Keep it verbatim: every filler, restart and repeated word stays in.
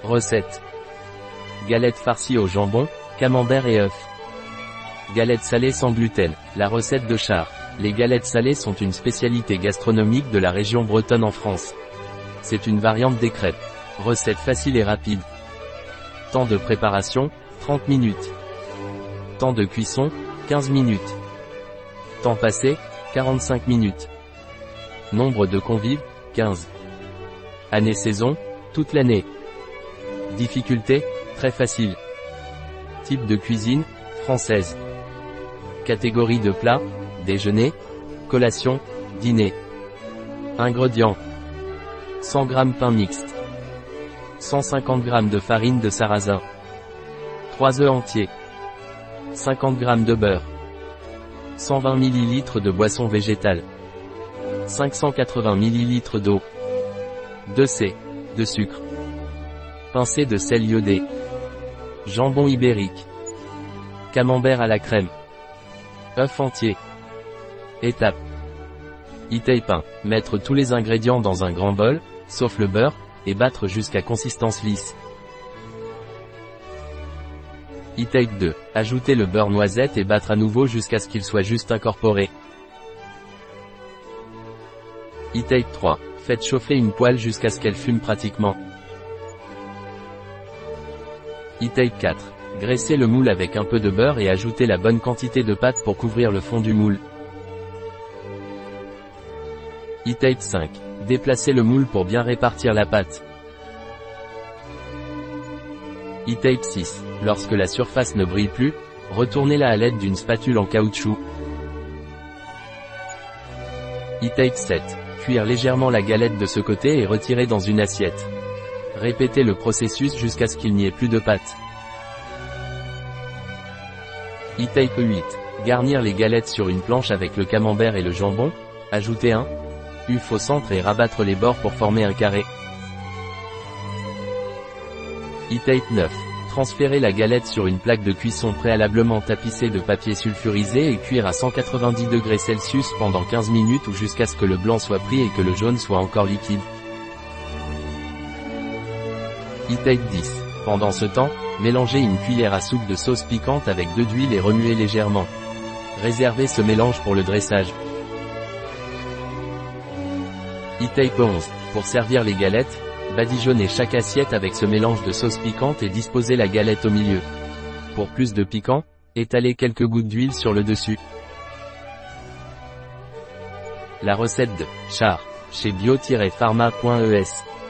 Recette. Galette farcie au jambon, camembert et œufs. Galette salée sans gluten. La recette de Char. Les galettes salées sont une spécialité gastronomique de la région bretonne en France. C'est une variante des crêpes. Recette facile et rapide. Temps de préparation, trente minutes. Temps de cuisson, quinze minutes. Temps passé, quarante-cinq minutes. Nombre de convives, quinze. Année-saison, toute l'année. Difficulté, très facile. Type de cuisine, française. Catégorie de plat, déjeuner, collation, dîner. Ingrédients. cent grammes pain mixte. cent cinquante grammes de farine de sarrasin. trois œufs entiers. cinquante grammes de beurre. cent vingt millilitres de boisson végétale. cinq cent quatre-vingts millilitres d'eau. deux C. de sucre. Pincée de sel iodé. Jambon ibérique. Camembert à la crème. œufs entiers. Étape. Étape un. Mettre tous les ingrédients dans un grand bol, sauf le beurre, et battre jusqu'à consistance lisse. Étape deux. Ajouter le beurre noisette et battre à nouveau jusqu'à ce qu'il soit juste incorporé. Étape trois. Faites chauffer une poêle jusqu'à ce qu'elle fume pratiquement. Étape quatre. Graissez le moule avec un peu de beurre et ajoutez la bonne quantité de pâte pour couvrir le fond du moule. Étape cinq. Déplacez le moule pour bien répartir la pâte. Étape six. Lorsque la surface ne brille plus, retournez-la à l'aide d'une spatule en caoutchouc. Étape sept. Cuire légèrement la galette de ce côté et retirer dans une assiette. Répétez le processus jusqu'à ce qu'il n'y ait plus de pâte. Étape huit. Garnir les galettes sur une planche avec le camembert et le jambon, ajouter un œuf au centre et rabattre les bords pour former un carré. Étape neuf. Transférer la galette sur une plaque de cuisson préalablement tapissée de papier sulfurisé et cuire à cent quatre-vingt-dix degrés Celsius pendant quinze minutes ou jusqu'à ce que le blanc soit pris et que le jaune soit encore liquide. Étape dix. Pendant ce temps, mélangez une cuillère à soupe de sauce piquante avec deux d'huile et remuez légèrement. Réservez ce mélange pour le dressage. Étape onze. Pour servir les galettes, badigeonnez chaque assiette avec ce mélange de sauce piquante et disposez la galette au milieu. Pour plus de piquant, étalez quelques gouttes d'huile sur le dessus. La recette de Char, chez bio tiret pharma point e s.